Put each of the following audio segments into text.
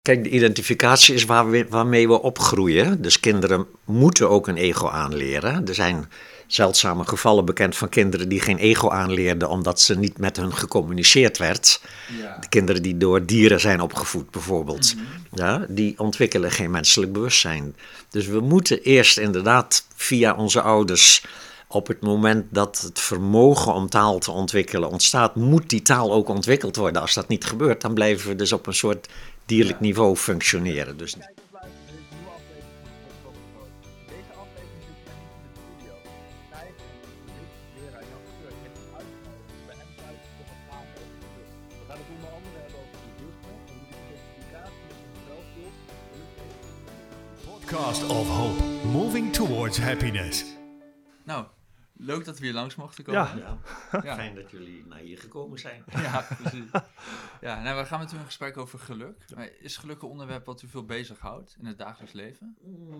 Kijk, de identificatie is waarmee we opgroeien. Dus kinderen moeten ook een ego aanleren. Er zijn zeldzame gevallen bekend van kinderen die geen ego aanleerden omdat ze niet met hun gecommuniceerd werd. Ja. De kinderen die door dieren zijn opgevoed bijvoorbeeld, ja, die ontwikkelen geen menselijk bewustzijn. Dus we moeten eerst inderdaad via onze ouders, op het moment dat het vermogen om taal te ontwikkelen ontstaat, moet die taal ook ontwikkeld worden. Als dat niet gebeurt, dan blijven we dus op een soort dierlijk niveau functioneren. Dus Kijk of luisteren deze nieuwe aflevering van Podcast. Deze aflevering zit ik niet in de studio. Thijs en Rick, leraar Jan Keur, heeft ons uitgenodigd bij hem thuis voor een praat over geluk. We gaan het onder andere hebben over boeddhisme en hoe de identificatie met ons zelfbeeld Podcast of Hope, moving towards happiness. Nou, leuk dat we hier langs mochten komen. ja, Ja. fijn dat jullie naar hier gekomen zijn. Ja, precies. Ja, nou, we gaan met u een gesprek over geluk. Maar is geluk een onderwerp wat u veel bezighoudt in het dagelijks leven?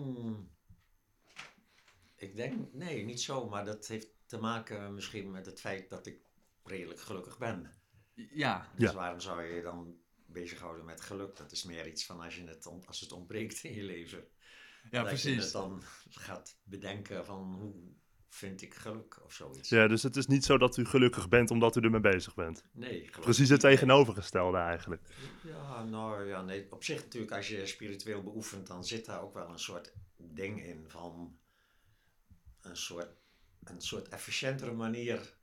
Ik denk, nee, niet zo, maar dat heeft te maken misschien met het feit dat ik redelijk gelukkig ben. Ja, Dus Ja. waarom zou je je dan bezighouden met geluk? Dat is meer iets van als het ontbreekt in je leven. ja dat je precies. het dan gaat bedenken van hoe vind ik geluk of zoiets. Ja, dus het is niet zo dat u gelukkig bent omdat u ermee bezig bent. Nee, geluk Precies het niet. tegenovergestelde eigenlijk. Ja, nou ja, nee. Op zich natuurlijk, als je spiritueel beoefent, dan zit daar ook wel een soort ding in van een soort efficiëntere manier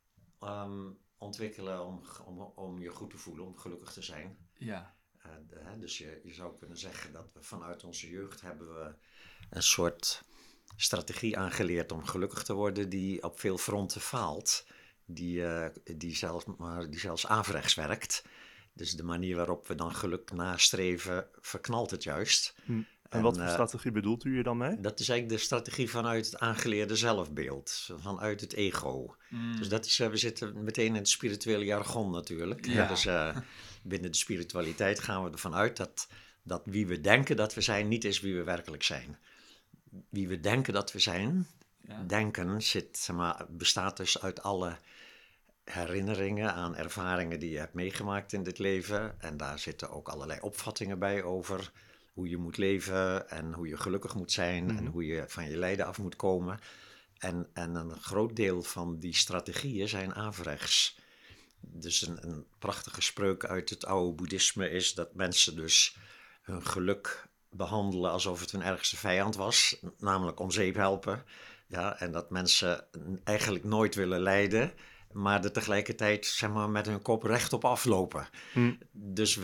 ontwikkelen om je goed te voelen, om gelukkig te zijn. Ja, Dus je zou kunnen zeggen dat we vanuit onze jeugd hebben we een soort strategie aangeleerd om gelukkig te worden die op veel fronten faalt, die zelfs averechts werkt. Dus de manier waarop we dan geluk nastreven verknalt het juist. En wat voor strategie bedoelt u hier dan mee? Dat is eigenlijk de strategie vanuit het aangeleerde zelfbeeld, vanuit het ego. Dus dat is, we zitten meteen in het spirituele jargon natuurlijk. Ja. Dus binnen de spiritualiteit gaan we ervan uit dat wie we denken dat we zijn, niet is wie we werkelijk zijn. Wie we denken dat we zijn, Ja. denken bestaat dus uit alle herinneringen aan ervaringen die je hebt meegemaakt in dit leven. En daar zitten ook allerlei opvattingen bij over hoe je moet leven en hoe je gelukkig moet zijn en hoe je van je lijden af moet komen. En een groot deel van die strategieën zijn averechts. Dus een prachtige spreuk uit het oude boeddhisme is dat mensen dus hun geluk behandelen alsof het hun ergste vijand was, namelijk om zeep helpen. Ja, en dat mensen eigenlijk nooit willen lijden, maar er tegelijkertijd met hun kop rechtop aflopen. Dus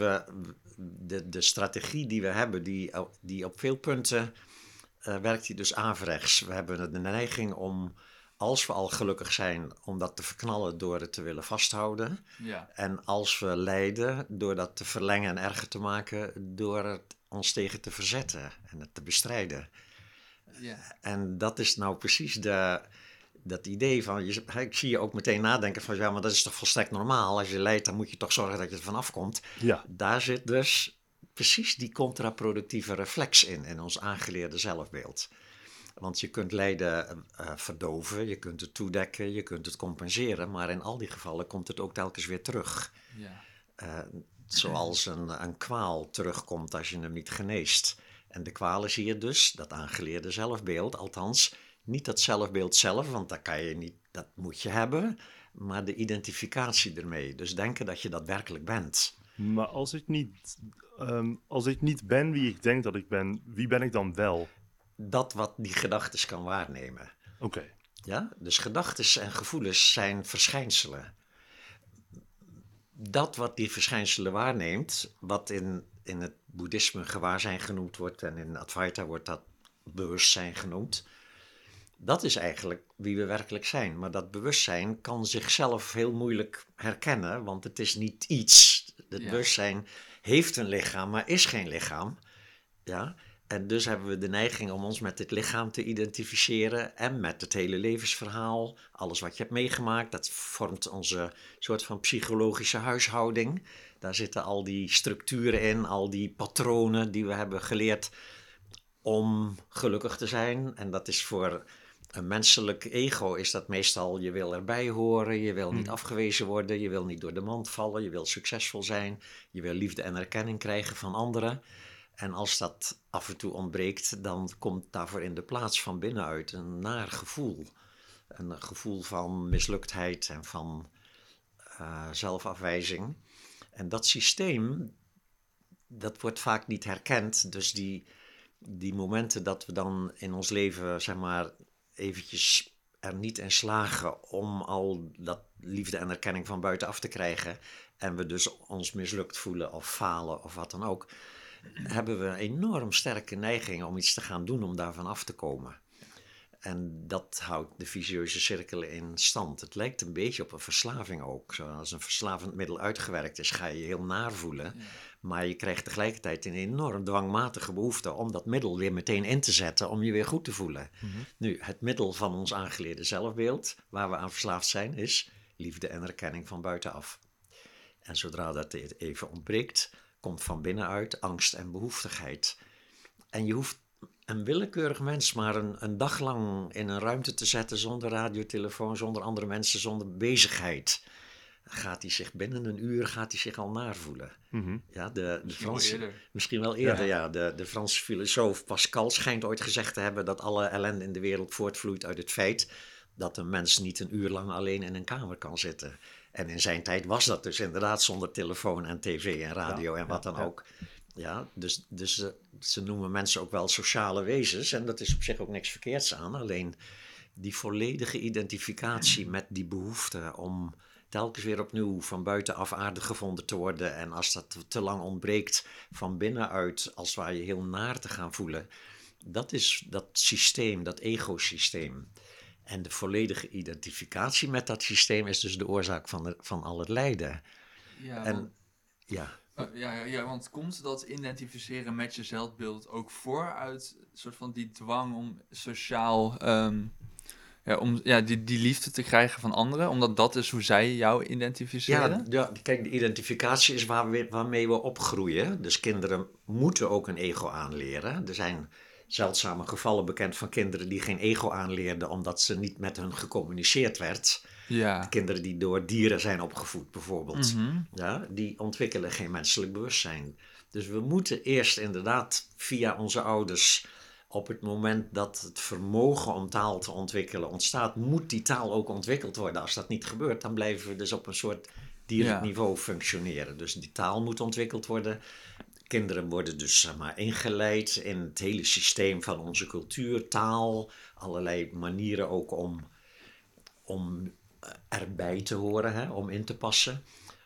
de strategie die we hebben, die op veel punten werkt die dus averechts. We hebben de neiging om, als we al gelukkig zijn, om dat te verknallen door het te willen vasthouden. Ja. En als we lijden, door dat te verlengen en erger te maken, door het ons tegen te verzetten en het te bestrijden. Ja. En dat is nou precies dat idee van, ik zie je ook meteen nadenken van, ja, maar dat is toch volstrekt normaal. Als je lijdt, dan moet je toch zorgen dat je er vanaf komt. Ja. Daar zit dus precies die contraproductieve reflex in ons aangeleerde zelfbeeld. Want je kunt lijden verdoven, je kunt het toedekken, je kunt het compenseren, maar in al die gevallen komt het ook telkens weer terug. Ja. Zoals een kwaal terugkomt als je hem niet geneest. En de kwaal is hier dus dat aangeleerde zelfbeeld, althans niet dat zelfbeeld zelf, want dat moet je hebben, maar de identificatie ermee. Dus denken dat je dat werkelijk bent. Maar als ik niet ben wie ik denk dat ik ben, wie ben ik dan wel? Dat wat die gedachtes kan waarnemen. Oké. Ja? Dus gedachtes en gevoelens zijn verschijnselen. Dat wat die verschijnselen waarneemt, wat in het boeddhisme gewaarzijn genoemd wordt en in Advaita wordt dat bewustzijn genoemd, dat is eigenlijk wie we werkelijk zijn. Maar dat bewustzijn kan zichzelf heel moeilijk herkennen, want het is niet iets. Het bewustzijn heeft een lichaam, maar is geen lichaam. Ja? En dus hebben we de neiging om ons met dit lichaam te identificeren en met het hele levensverhaal. Alles wat je hebt meegemaakt, dat vormt onze soort van psychologische huishouding. Daar zitten al die structuren in, al die patronen die we hebben geleerd om gelukkig te zijn. En dat is voor een menselijk ego is dat meestal, je wil erbij horen, je wil niet afgewezen worden, je wil niet door de mand vallen, je wil succesvol zijn, je wil liefde en erkenning krijgen van anderen. En als dat af en toe ontbreekt, dan komt daarvoor in de plaats van binnenuit een naar gevoel. Een gevoel van misluktheid en van zelfafwijzing. En dat systeem, dat wordt vaak niet herkend. Dus die momenten dat we dan in ons leven, zeg maar, eventjes er niet in slagen om al dat liefde en erkenning van buitenaf te krijgen, en we dus ons mislukt voelen of falen of wat dan ook, hebben we een enorm sterke neiging om iets te gaan doen om daarvan af te komen. En dat houdt de vicieuze cirkel in stand. Het lijkt een beetje op een verslaving ook. Zoals een verslavend middel uitgewerkt is, ga je je heel naar voelen. Ja. Maar je krijgt tegelijkertijd een enorm dwangmatige behoefte om dat middel weer meteen in te zetten om je weer goed te voelen. Mm-hmm. Nu, het middel van ons aangeleerde zelfbeeld, waar we aan verslaafd zijn, is liefde en erkenning van buitenaf. En zodra dat even ontbreekt, komt van binnenuit angst en behoeftigheid. En je hoeft een willekeurig mens maar een dag lang in een ruimte te zetten zonder radiotelefoon, zonder andere mensen, zonder bezigheid. Gaat hij zich binnen een uur al naar voelen. Mm-hmm. Ja, de Franse, misschien wel eerder, ja. De Franse filosoof Pascal schijnt ooit gezegd te hebben dat alle ellende in de wereld voortvloeit uit het feit dat een mens niet een uur lang alleen in een kamer kan zitten. En in zijn tijd was dat dus inderdaad zonder telefoon en tv en radio en wat dan ook. Ja, dus ze noemen mensen ook wel sociale wezens en dat is op zich ook niks verkeerds aan. Alleen die volledige identificatie met die behoefte om telkens weer opnieuw van buitenaf aardig gevonden te worden. En als dat te lang ontbreekt, van binnenuit als het ware je heel naar te gaan voelen. Dat is dat systeem, dat egosysteem. En de volledige identificatie met dat systeem is dus de oorzaak van al het lijden. Ja, en, want komt dat identificeren met je zelfbeeld ook voor uit een soort van die dwang om sociaal, die liefde te krijgen van anderen? Omdat dat is hoe zij jou identificeren? Ja, kijk, de identificatie is waarmee we opgroeien. Dus kinderen moeten ook een ego aanleren. Er zijn zeldzame gevallen bekend van kinderen die geen ego aanleerden omdat ze niet met hun gecommuniceerd werd. Ja. De kinderen die door dieren zijn opgevoed bijvoorbeeld, ja, die ontwikkelen geen menselijk bewustzijn. Dus we moeten eerst inderdaad via onze ouders, op het moment dat het vermogen om taal te ontwikkelen ontstaat, moet die taal ook ontwikkeld worden. Als dat niet gebeurt, dan blijven we dus op een soort dierlijk niveau functioneren. Dus die taal moet ontwikkeld worden. Kinderen worden dus ingeleid in het hele systeem van onze cultuur, taal, allerlei manieren ook om erbij te horen, om in te passen.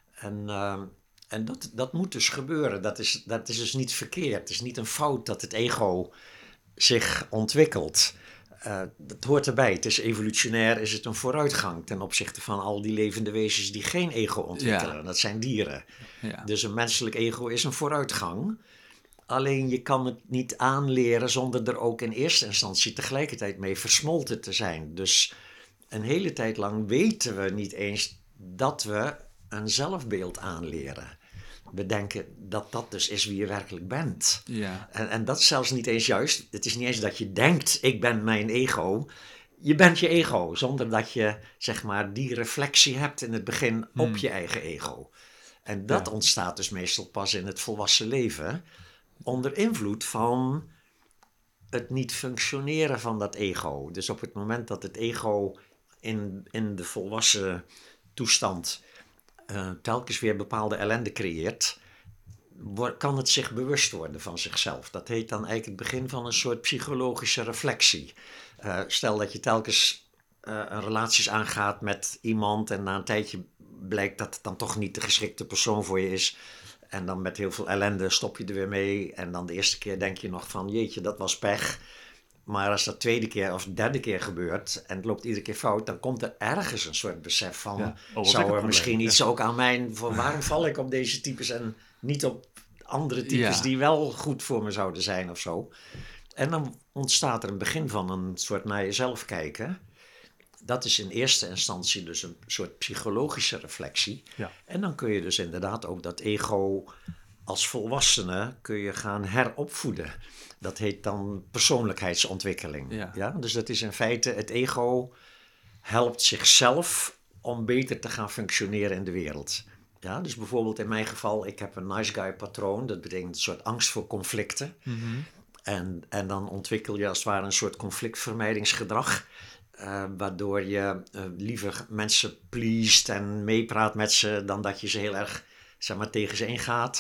En dat moet dus gebeuren. Dat is dus niet verkeerd. Het is niet een fout dat het ego zich ontwikkelt. Dat hoort erbij. Het is evolutionair, is het een vooruitgang ten opzichte van al die levende wezens die geen ego ontwikkelen. Ja. Dat zijn dieren. Ja. Dus een menselijk ego is een vooruitgang. Alleen je kan het niet aanleren zonder er ook in eerste instantie tegelijkertijd mee versmolten te zijn. Dus een hele tijd lang weten we niet eens dat we een zelfbeeld aanleren. We denken dat dat dus is wie je werkelijk bent. Ja. En dat is zelfs niet eens juist. Het is niet eens dat je denkt, ik ben mijn ego. Je bent je ego, zonder dat je zeg maar die reflectie hebt in het begin op je eigen ego. En dat ontstaat dus meestal pas in het volwassen leven, onder invloed van het niet functioneren van dat ego. Dus op het moment dat het ego in de volwassen toestand telkens weer bepaalde ellende creëert, kan het zich bewust worden van zichzelf. Dat heet dan eigenlijk het begin van een soort psychologische reflectie. Stel dat je telkens een relaties aangaat met iemand en na een tijdje blijkt dat het dan toch niet de geschikte persoon voor je is. En dan met heel veel ellende stop je er weer mee. En dan de eerste keer denk je nog van jeetje, dat was pech. Maar als dat tweede keer of derde keer gebeurt en het loopt iedere keer fout, dan komt er ergens een soort besef van, zou er misschien iets ook aan mijn, waarom val ik op deze types en niet op andere types die wel goed voor me zouden zijn of zo. En dan ontstaat er een begin van een soort naar jezelf kijken. Dat is in eerste instantie dus een soort psychologische reflectie. Ja. En dan kun je dus inderdaad ook dat ego als volwassene kun je gaan heropvoeden. Dat heet dan persoonlijkheidsontwikkeling. Ja. Dus dat is in feite het ego helpt zichzelf om beter te gaan functioneren in de wereld. Ja, dus bijvoorbeeld in mijn geval, ik heb een nice guy patroon. Dat betekent een soort angst voor conflicten. En dan ontwikkel je als het ware een soort conflictvermijdingsgedrag. Waardoor je liever mensen pleest en meepraat met ze dan dat je ze heel erg tegen ze ingaat.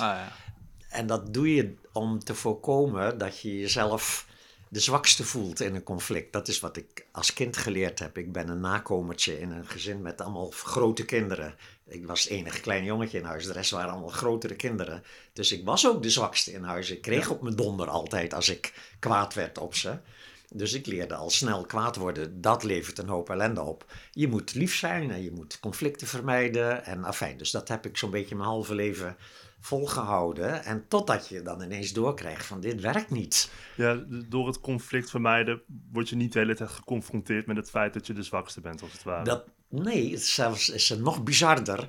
En dat doe je om te voorkomen dat je jezelf de zwakste voelt in een conflict. Dat is wat ik als kind geleerd heb. Ik ben een nakomertje in een gezin met allemaal grote kinderen. Ik was het enige klein jongetje in huis. De rest waren allemaal grotere kinderen. Dus ik was ook de zwakste in huis. Ik kreeg op mijn donder altijd als ik kwaad werd op ze. Dus ik leerde al snel kwaad worden. Dat levert een hoop ellende op. Je moet lief zijn en je moet conflicten vermijden. En afijn, dus dat heb ik zo'n beetje mijn halve leven volgehouden. En totdat je dan ineens doorkrijgt van dit werkt niet. Ja, door het conflict vermijden word je niet de hele tijd geconfronteerd met het feit dat je de zwakste bent, als het ware. Nee, zelfs is het nog bizarder.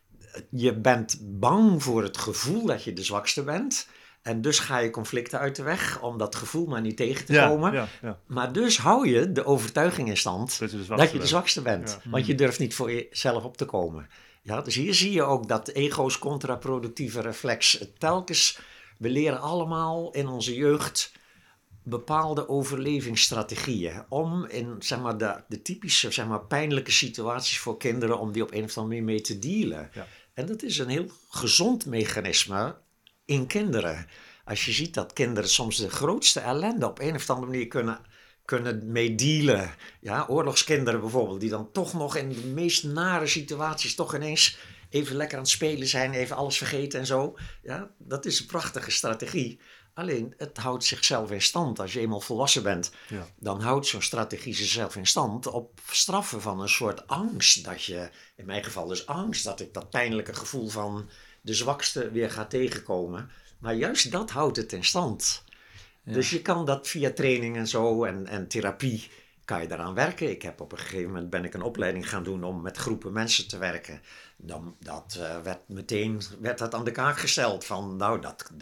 Je bent bang voor het gevoel dat je de zwakste bent. En dus ga je conflicten uit de weg om dat gevoel maar niet tegen te komen. Ja. Maar dus hou je de overtuiging in stand dat je de zwakste bent. Ja. Want je durft niet voor jezelf op te komen. Ja, dus hier zie je ook dat ego's contraproductieve reflex. Telkens, we leren allemaal in onze jeugd bepaalde overlevingsstrategieën. Om in de typische pijnlijke situaties voor kinderen, om die op een of andere manier mee te dealen. Ja. En dat is een heel gezond mechanisme in kinderen. Als je ziet dat kinderen soms de grootste ellende op een of andere manier kunnen mee dealen. Ja, oorlogskinderen bijvoorbeeld, die dan toch nog in de meest nare situaties toch ineens even lekker aan het spelen zijn, even alles vergeten en zo. Ja, dat is een prachtige strategie. Alleen, het houdt zichzelf in stand. Als je eenmaal volwassen bent, dan houdt zo'n strategie zichzelf in stand op straffen van een soort angst. Dat je, in mijn geval dus angst, dat ik dat pijnlijke gevoel van de zwakste weer ga tegenkomen. Maar juist dat houdt het in stand. Ja. Dus je kan dat via training en zo en therapie, kan je daaraan werken. Ik heb op een gegeven moment ben ik een opleiding gaan doen om met groepen mensen te werken. Dan, werd dat aan de kaak gesteld van, nou,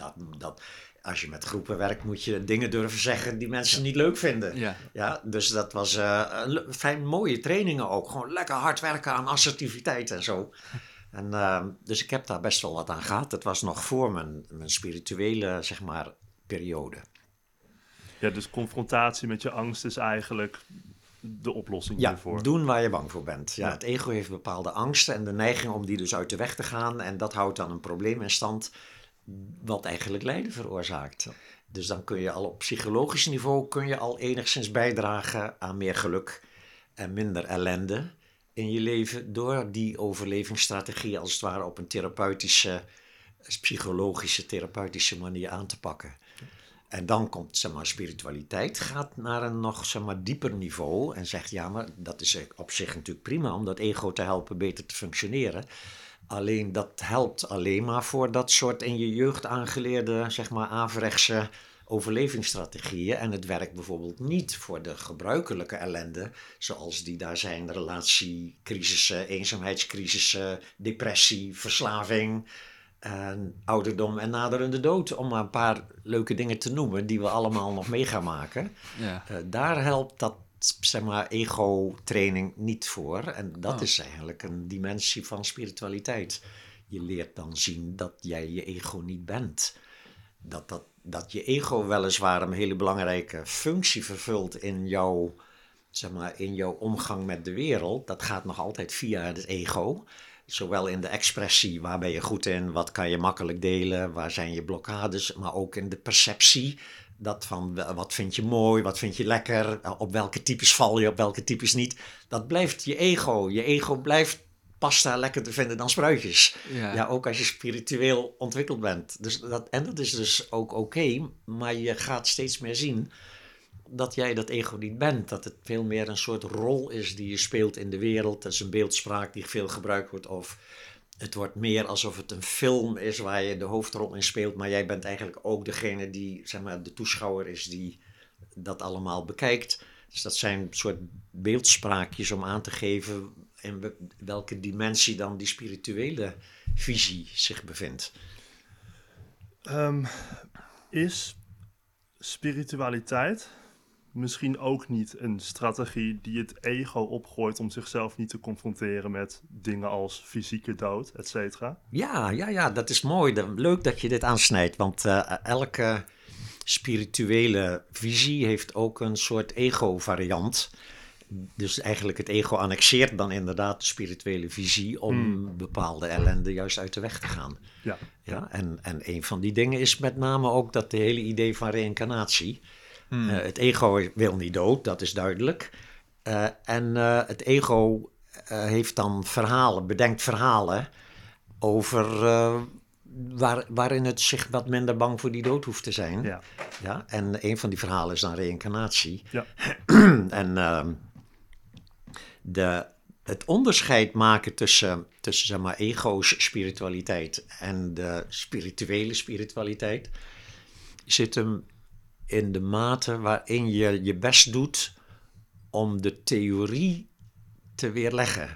als je met groepen werkt, moet je dingen durven zeggen die mensen niet leuk vinden. Ja, dus dat was fijn mooie trainingen ook. Gewoon lekker hard werken aan assertiviteit en zo. En, dus ik heb daar best wel wat aan gehad. Het was nog voor mijn spirituele, periode. Ja, dus confrontatie met je angst is eigenlijk de oplossing hiervoor. Ja, doen waar je bang voor bent. Ja, het ego heeft bepaalde angsten en de neiging om die dus uit de weg te gaan. En dat houdt dan een probleem in stand wat eigenlijk lijden veroorzaakt. Dus dan kun je al op psychologisch niveau al enigszins bijdragen aan meer geluk en minder ellende in je leven door die overlevingsstrategie als het ware op een psychologische, therapeutische manier aan te pakken. En dan komt, spiritualiteit gaat naar een nog, dieper niveau en zegt, ja, maar dat is op zich natuurlijk prima om dat ego te helpen beter te functioneren. Alleen dat helpt alleen maar voor dat soort in je jeugd aangeleerde, averechtse overlevingsstrategieën. En het werkt bijvoorbeeld niet voor de gebruikelijke ellende, zoals die daar zijn, relatiecrisissen, eenzaamheidscrisissen, depressie, verslaving, ouderdom en naderende dood. Om maar een paar leuke dingen te noemen die we allemaal nog mee gaan maken. Ja. Daar helpt dat ego-training niet voor. En dat is eigenlijk een dimensie van spiritualiteit. Je leert dan zien dat jij je ego niet bent. Dat je ego weliswaar een hele belangrijke functie vervult in jouw omgang met de wereld. Dat gaat nog altijd via het ego. Zowel in de expressie, waar ben je goed in, wat kan je makkelijk delen, waar zijn je blokkades, maar ook in de perceptie. Dat van wat vind je mooi, wat vind je lekker, op welke types val je, op welke types niet. Dat blijft je ego. Je ego blijft pasta lekker te vinden dan spruitjes. Ja, ook als je spiritueel ontwikkeld bent. Dus dat is dus ook oké, maar je gaat steeds meer zien dat jij dat ego niet bent. Dat het veel meer een soort rol is die je speelt in de wereld. Dat is een beeldspraak die veel gebruikt wordt. Of het wordt meer alsof het een film is waar je de hoofdrol in speelt. Maar jij bent eigenlijk ook degene die, de toeschouwer is die dat allemaal bekijkt. Dus dat zijn een soort beeldspraakjes om aan te geven in welke dimensie dan die spirituele visie zich bevindt. Is spiritualiteit misschien ook niet een strategie die het ego opgooit om zichzelf niet te confronteren met dingen als fysieke dood, et cetera? Ja, dat is mooi. Leuk dat je dit aansnijdt, want elke spirituele visie heeft ook een soort ego-variant. Dus eigenlijk het ego annexeert dan inderdaad de spirituele visie om bepaalde ellende juist uit de weg te gaan. Ja, en een van die dingen is met name ook dat de hele idee van reïncarnatie. Het ego wil niet dood, dat is duidelijk. En het ego heeft dan bedenkt verhalen over waarin het zich wat minder bang voor die dood hoeft te zijn. Ja, en een van die verhalen is dan reïncarnatie. Ja. En het onderscheid maken tussen zeg maar ego's spiritualiteit en de spirituele spiritualiteit zit hem in de mate waarin je je best doet om de theorie te weerleggen.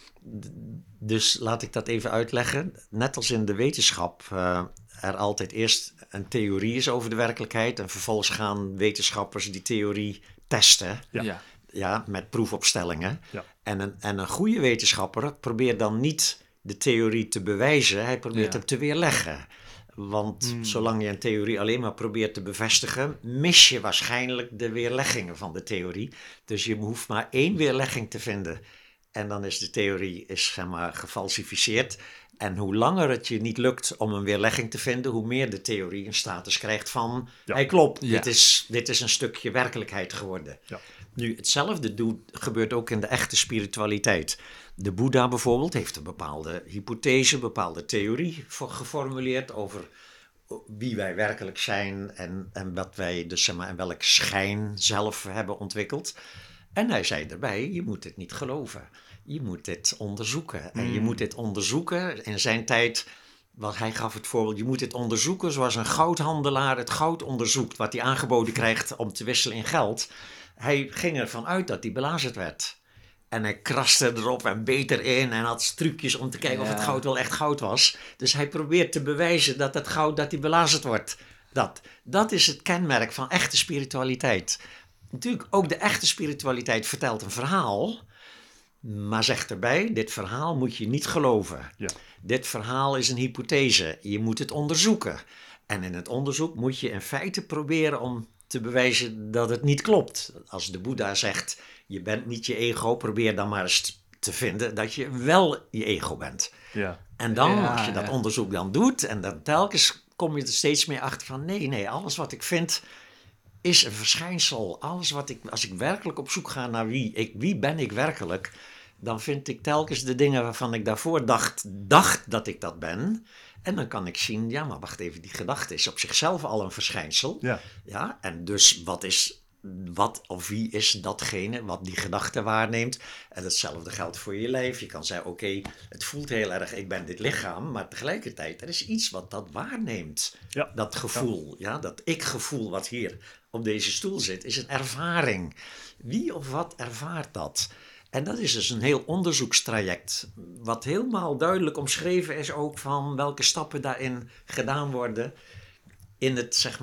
Dus laat ik dat even uitleggen. Net als in de wetenschap er altijd eerst een theorie is over de werkelijkheid en vervolgens gaan wetenschappers die theorie testen. Ja, met proefopstellingen. Ja. En een goede wetenschapper probeert dan niet de theorie te bewijzen, hij probeert hem te weerleggen. Want zolang je een theorie alleen maar probeert te bevestigen, mis je waarschijnlijk de weerleggingen van de theorie. Dus je hoeft maar één weerlegging te vinden. En dan is de theorie zeg maar, gefalsificeerd. En hoe langer het je niet lukt om een weerlegging te vinden, hoe meer de theorie een status krijgt van, hij klopt, dit is een stukje werkelijkheid geworden. Ja. Nu, hetzelfde gebeurt ook in de echte spiritualiteit. De Boeddha bijvoorbeeld heeft een bepaalde hypothese, een bepaalde theorie geformuleerd over wie wij werkelijk zijn en wat wij dus zeg maar in welk schijn zelf hebben ontwikkeld. En hij zei erbij, je moet dit niet geloven. Je moet dit onderzoeken. En je moet dit onderzoeken in zijn tijd. Want hij gaf het voorbeeld, je moet dit onderzoeken zoals een goudhandelaar het goud onderzoekt, wat hij aangeboden krijgt om te wisselen in geld. Hij ging ervan uit dat hij belazerd werd. En hij kraste erop en beet erin en had trucjes om te kijken of het goud wel echt goud was. Dus hij probeert te bewijzen dat het goud, dat hij belazerd wordt. Dat is het kenmerk van echte spiritualiteit. Natuurlijk, ook de echte spiritualiteit vertelt een verhaal, maar zegt erbij, dit verhaal moet je niet geloven. Ja. Dit verhaal is een hypothese, je moet het onderzoeken. En in het onderzoek moet je in feite proberen om te bewijzen dat het niet klopt. Als de Boeddha zegt, je bent niet je ego, probeer dan maar eens te vinden dat je wel je ego bent. Ja. En dan, als je dat onderzoek dan doet, en dan telkens kom je er steeds meer achter van, nee, alles wat ik vind is een verschijnsel. Alles als ik werkelijk op zoek ga naar wie ben ik werkelijk, dan vind ik telkens de dingen waarvan ik daarvoor dacht dat ik dat ben. En dan kan ik zien, ja, maar wacht even, die gedachte is op zichzelf al een verschijnsel. Ja, en dus wat of wie is datgene wat die gedachte waarneemt? En hetzelfde geldt voor je lijf. Je kan zeggen, oké, het voelt heel erg, ik ben dit lichaam, maar tegelijkertijd, er is iets wat dat waarneemt. Ja. Dat gevoel, dat ik-gevoel wat hier op deze stoel zit, is een ervaring. Wie of wat ervaart dat? En dat is dus een heel onderzoekstraject, wat helemaal duidelijk omschreven is ook van welke stappen daarin gedaan worden in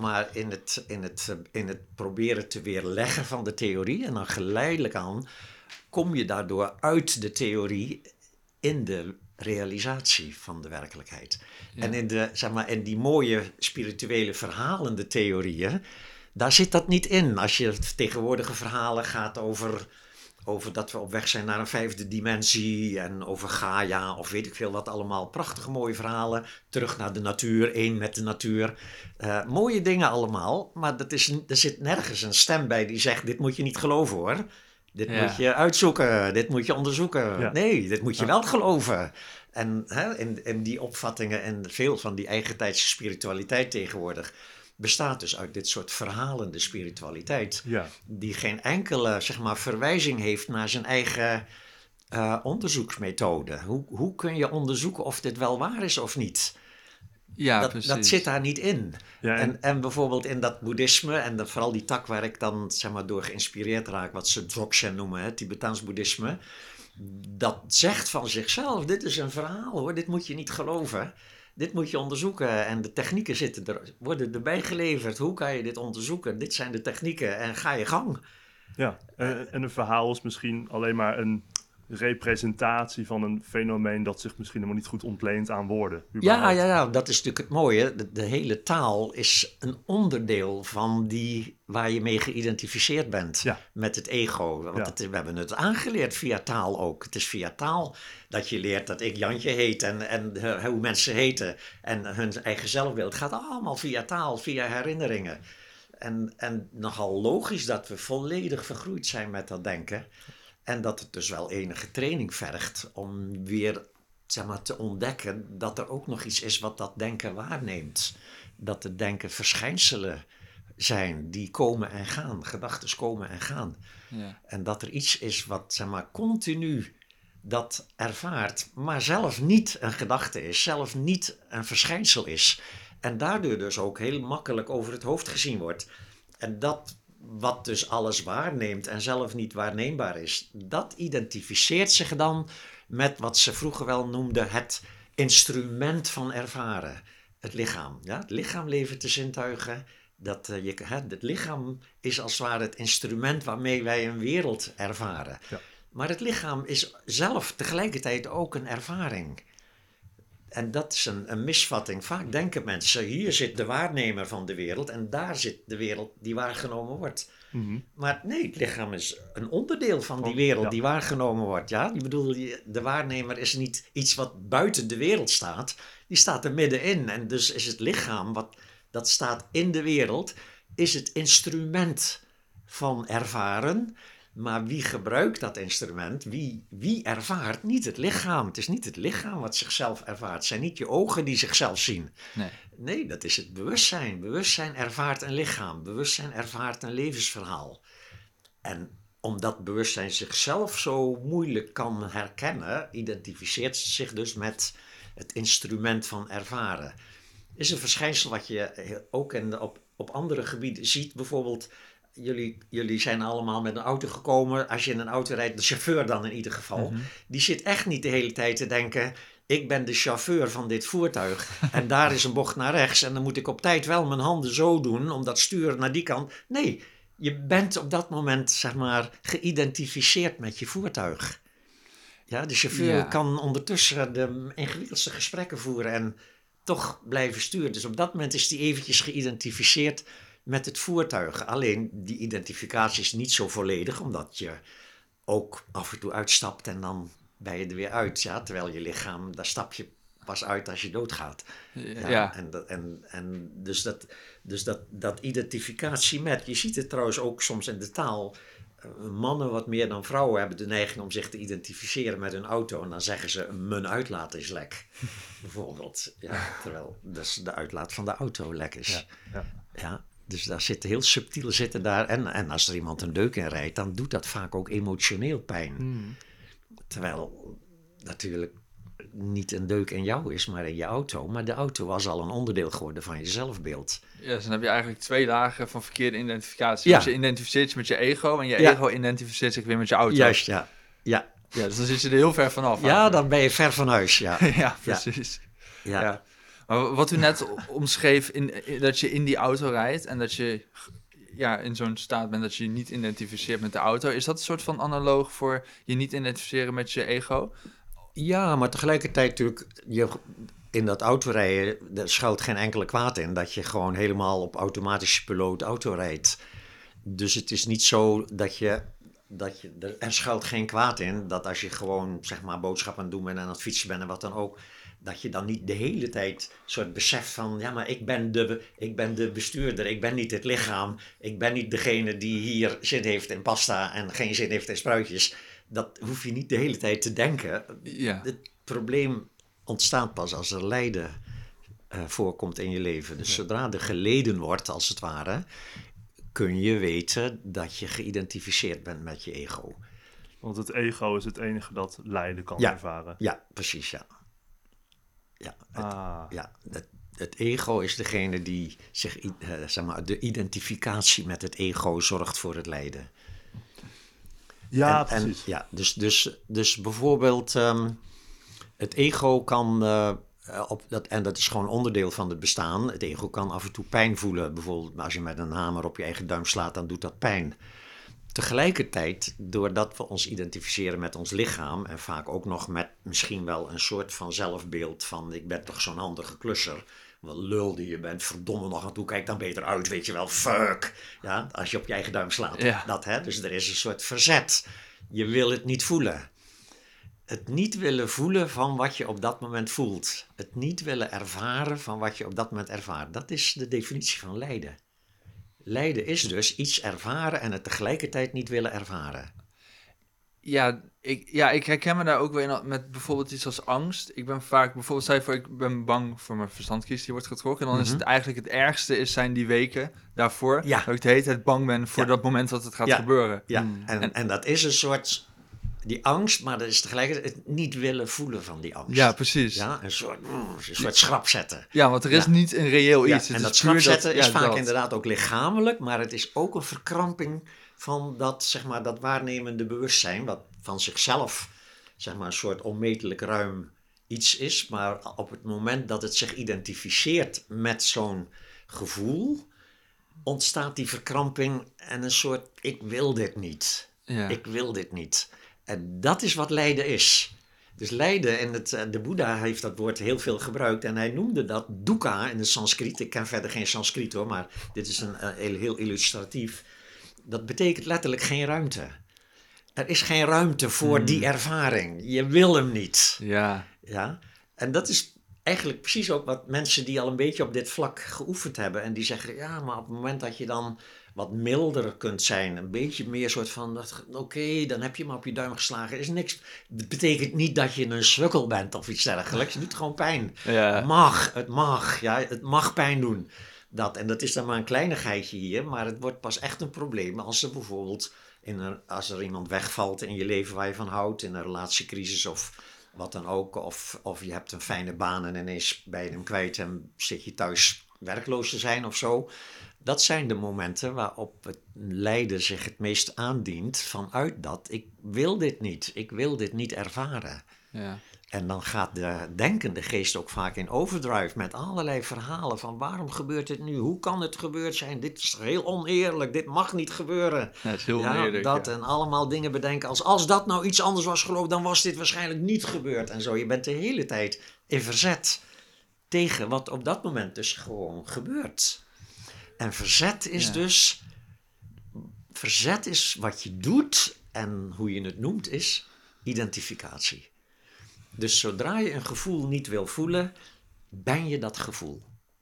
het proberen te weerleggen van de theorie. En dan geleidelijk aan kom je daardoor uit de theorie in de realisatie van de werkelijkheid. Ja. En in die mooie spirituele verhalende theorieën, daar zit dat niet in. Als je tegenwoordige verhalen gaat over dat we op weg zijn naar een 5e dimensie en over Gaia of weet ik veel wat allemaal. Prachtige mooie verhalen. Terug naar de natuur, één met de natuur. Mooie dingen allemaal, maar er zit nergens een stem bij die zegt, dit moet je niet geloven hoor. Dit moet je uitzoeken, dit moet je onderzoeken. Ja. Nee, dit moet je wel geloven. En in die opvattingen en veel van die eigentijdse spiritualiteit tegenwoordig bestaat dus uit dit soort verhalende spiritualiteit. Ja. Die geen enkele verwijzing heeft naar zijn eigen onderzoeksmethode. Hoe kun je onderzoeken of dit wel waar is of niet? Ja, dat zit daar niet in. Ja, en bijvoorbeeld in dat boeddhisme, en vooral die tak waar ik dan door geïnspireerd raak, wat ze Dzogchen noemen, het Tibetaans boeddhisme, dat zegt van zichzelf, dit is een verhaal hoor, dit moet je niet geloven. dit moet je onderzoeken en de technieken worden erbij geleverd. Hoe kan je dit onderzoeken? Dit zijn de technieken en ga je gang. Ja, en een verhaal is misschien alleen maar een representatie van een fenomeen dat zich misschien helemaal niet goed ontleent aan woorden. Ja, dat is natuurlijk het mooie. De hele taal is een onderdeel van waar je mee geïdentificeerd bent met het ego. Want we hebben het aangeleerd via taal ook. Het is via taal dat je leert dat ik Jantje heet en hoe mensen heten en hun eigen zelfbeeld. Het gaat allemaal via taal, via herinneringen. En nogal logisch dat we volledig vergroeid zijn met dat denken. En dat het dus wel enige training vergt om weer te ontdekken dat er ook nog iets is wat dat denken waarneemt. Dat het denken verschijnselen zijn die komen en gaan, gedachten komen en gaan. Ja. En dat er iets is wat continu dat ervaart, maar zelf niet een gedachte is, zelf niet een verschijnsel is. En daardoor dus ook heel makkelijk over het hoofd gezien wordt. En dat wat dus alles waarneemt en zelf niet waarneembaar is, dat identificeert zich dan met wat ze vroeger wel noemden het instrument van ervaren. Het lichaam. Ja? Het lichaam levert de zintuigen. Het lichaam is als het ware het instrument waarmee wij een wereld ervaren. Ja. Maar het lichaam is zelf tegelijkertijd ook een ervaring. En dat is een misvatting. Vaak denken mensen, hier zit de waarnemer van de wereld en daar zit de wereld die waargenomen wordt. Mm-hmm. Maar nee, het lichaam is een onderdeel van die wereld die waargenomen wordt. Ja? Ik bedoel, de waarnemer is niet iets wat buiten de wereld staat. Die staat er middenin. En dus is het lichaam, dat staat in de wereld, is het instrument van ervaren. Maar wie gebruikt dat instrument? Wie ervaart? Niet het lichaam. Het is niet het lichaam wat zichzelf ervaart. Het zijn niet je ogen die zichzelf zien. Nee, dat is het bewustzijn. Bewustzijn ervaart een lichaam. Bewustzijn ervaart een levensverhaal. En omdat bewustzijn zichzelf zo moeilijk kan herkennen, identificeert het zich dus met het instrument van ervaren. Is een verschijnsel wat je ook op andere gebieden ziet. Bijvoorbeeld, jullie zijn allemaal met een auto gekomen. Als je in een auto rijdt, de chauffeur dan in ieder geval, die zit echt niet de hele tijd te denken, ik ben de chauffeur van dit voertuig en daar is een bocht naar rechts en dan moet ik op tijd wel mijn handen zo doen om dat stuur naar die kant. Nee, je bent op dat moment geïdentificeerd met je voertuig. Ja, de chauffeur kan ondertussen de ingewikkeldste gesprekken voeren en toch blijven sturen. Dus op dat moment is die eventjes geïdentificeerd met het voertuig. Alleen die identificatie is niet zo volledig, omdat je ook af en toe uitstapt en dan ben je er weer uit. Ja? Terwijl je lichaam, daar stap je pas uit als je doodgaat. Ja. En dus dat identificatie met, je ziet het trouwens ook soms in de taal, mannen wat meer dan vrouwen hebben de neiging om zich te identificeren met hun auto. En dan zeggen ze, mijn uitlaat is lek. Bijvoorbeeld. Ja, terwijl dus de uitlaat van de auto lek is. Ja. Dus daar zitten heel subtiel daar. En als er iemand een deuk in rijdt, dan doet dat vaak ook emotioneel pijn. Terwijl natuurlijk niet een deuk in jou is, maar in je auto. Maar de auto was al een onderdeel geworden van je zelfbeeld. Ja, dus dan heb je eigenlijk 2 lagen van verkeerde identificatie. Dus je identificeert je met je ego en je ego identificeert zich weer met je auto. Juist, ja. Ja, dus dan zit je er heel ver vanaf. Ja, dan ben je ver van huis, ja. Ja, precies. Ja. Maar wat u net omschreef, dat je in die auto rijdt en dat je in zo'n staat bent dat je je niet identificeert met de auto. Is dat een soort van analoog voor je niet identificeren met je ego? Ja, maar tegelijkertijd natuurlijk, in dat autorijden, er schuilt geen enkele kwaad in. Dat je gewoon helemaal op automatische piloot auto rijdt. Dus het is niet zo dat er schuilt geen kwaad in. Dat als je gewoon boodschappen aan het doen bent en aan het fietsen bent en wat dan ook, dat je dan niet de hele tijd soort beseft van, ja, maar ik ben de bestuurder, ik ben niet het lichaam, ik ben niet degene die hier zin heeft in pasta en geen zin heeft in spruitjes. Dat hoef je niet de hele tijd te denken. Ja. Het probleem ontstaat pas als er lijden voorkomt in je leven. Dus zodra er geleden wordt, als het ware, kun je weten dat je geïdentificeerd bent met je ego. Want het ego is het enige dat lijden kan ervaren. Ja, precies, ja. Het ego is degene die zich, de identificatie met het ego zorgt voor het lijden. Ja, precies. Dus bijvoorbeeld, het ego kan En dat is gewoon onderdeel van het bestaan. Het ego kan af en toe pijn voelen. Bijvoorbeeld als je met een hamer op je eigen duim slaat, dan doet dat pijn. Tegelijkertijd, doordat we ons identificeren met ons lichaam en vaak ook nog met misschien wel een soort van zelfbeeld van ik ben toch zo'n handige klusser. Wat lul die je bent, verdomme nog aan toe, kijk dan beter uit, weet je wel, fuck. Ja, als je op je eigen duim slaat. Ja. Dat, hè? Dus er is een soort verzet. Je wil het niet voelen. Het niet willen voelen van wat je op dat moment voelt. Het niet willen ervaren van wat je op dat moment ervaart. Dat is de definitie van lijden. Lijden is dus iets ervaren en het tegelijkertijd niet willen ervaren. Ja, ik herken me daar ook weer in met bijvoorbeeld iets als angst. Ik ben vaak, bijvoorbeeld, stel je voor, ik ben bang voor mijn verstandkies die wordt getrokken. En dan is het eigenlijk het ergste zijn die weken daarvoor. Ja. Dat ik de hele tijd bang ben voor dat moment dat het gaat gebeuren. Ja, en dat is een soort, die angst, maar dat is tegelijkertijd het niet willen voelen van die angst. Ja, precies. Ja, een soort schrap zetten. Ja, want er is niet een reëel Ja, iets. en Het dat is puur schrap zetten is vaak dat. inderdaad ook lichamelijk, maar het is ook een verkramping van dat, zeg maar, dat waarnemende bewustzijn, wat van zichzelf, zeg maar, een soort onmetelijk ruim iets is. Maar op het moment dat het zich identificeert met zo'n gevoel, ontstaat die verkramping en een soort, ik wil dit niet. Ja. Ik wil dit niet. En dat is wat lijden is. Dus lijden, en de Boeddha heeft dat woord heel veel gebruikt en hij noemde dat dukkha in het Sanskriet. Ik ken verder geen Sanskriet hoor, maar dit is een heel illustratief. Dat betekent letterlijk geen ruimte. Er is geen ruimte voor die ervaring. Je wil hem niet. Ja. Ja? En dat is eigenlijk precies ook wat mensen die al een beetje op dit vlak geoefend hebben. En die zeggen, ja, maar op het moment dat je dan wat milder kunt zijn. Een beetje meer soort van, oké, dan heb je maar op je duim geslagen. Is niks. Dat betekent niet dat je een sukkel bent of iets dergelijks. Het doet gewoon pijn. Ja. Het mag. Ja, het mag pijn doen. En dat is dan maar een kleinigheidje hier. Maar het wordt pas echt een probleem als er bijvoorbeeld, als er iemand wegvalt in je leven waar je van houdt. In een relatiecrisis of wat dan ook. Of je hebt een fijne baan en ineens ben je hem kwijt en zit je thuis werkloos te zijn of zo. Dat zijn de momenten waarop het lijden zich het meest aandient vanuit dat ik wil dit niet ervaren. Ja. En dan gaat de denkende geest ook vaak in overdrive met allerlei verhalen van waarom gebeurt dit nu? Hoe kan het gebeurd zijn? Dit is heel oneerlijk, dit mag niet gebeuren. Ja, het is heel oneerlijk. En allemaal dingen bedenken als dat nou iets anders was gelopen, dan was dit waarschijnlijk niet gebeurd. En zo, je bent de hele tijd in verzet tegen wat op dat moment dus gewoon gebeurt. En verzet is wat je doet en hoe je het noemt is identificatie. Dus zodra je een gevoel niet wil voelen, ben je dat gevoel.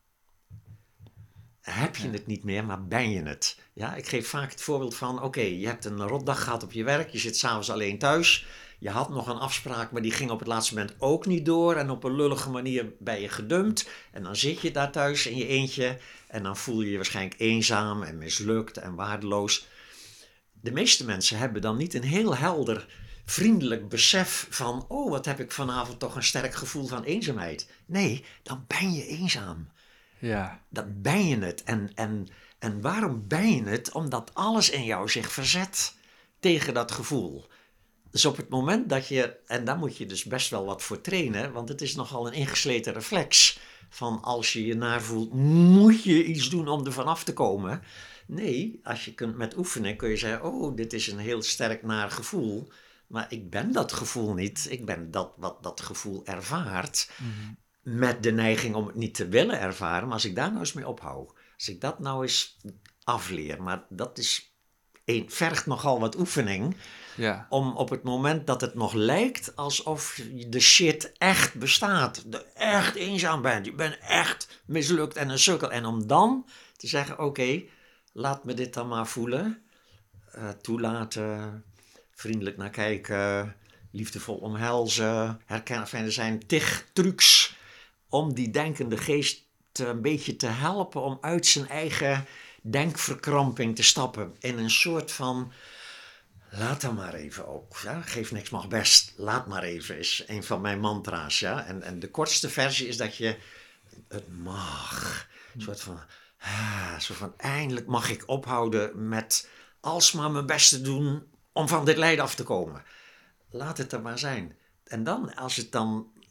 Heb je het niet meer, maar ben je het. Ja, ik geef vaak het voorbeeld van, oké, je hebt een rotdag gehad op je werk, je zit 's avonds alleen thuis, je had nog een afspraak, maar die ging op het laatste moment ook niet door en op een lullige manier ben je gedumpt en dan zit je daar thuis in je eentje en dan voel je je waarschijnlijk eenzaam en mislukt en waardeloos. De meeste mensen hebben dan niet een heel helder vriendelijk besef van, oh, wat heb ik vanavond toch een sterk gevoel van eenzaamheid. Nee, dan ben je eenzaam. Ja. Dan ben je het. En waarom ben je het? Omdat alles in jou zich verzet tegen dat gevoel. Dus op het moment dat je, en daar moet je dus best wel wat voor trainen, want het is nogal een ingesleten reflex van als je je naar voelt, moet je iets doen om er vanaf te komen. Nee, als je kunt met oefenen kun je zeggen, oh, dit is een heel sterk naar gevoel. Maar ik ben dat gevoel niet. Ik ben dat wat dat gevoel ervaart. Mm-hmm. Met de neiging om het niet te willen ervaren. Maar als ik daar nou eens mee ophoud. Als ik dat nou eens afleer. Maar dat vergt nogal wat oefening. Ja. Om op het moment dat het nog lijkt alsof de shit echt bestaat. Echt eenzaam bent. Je bent echt mislukt en een sukkel. En om dan te zeggen, oké, laat me dit dan maar voelen. Toelaten. Vriendelijk naar kijken, liefdevol omhelzen, herkennen. Er zijn tig trucs om die denkende geest een beetje te helpen om uit zijn eigen denkverkramping te stappen. In een soort van, laat dan maar even ook. Ja? Geef niks mag best, laat maar even is een van mijn mantra's. Ja? En de kortste versie is dat je het mag. Een soort van eindelijk mag ik ophouden met alsmaar mijn best te doen om van dit lijden af te komen. Laat het er maar zijn. En dan, als het dan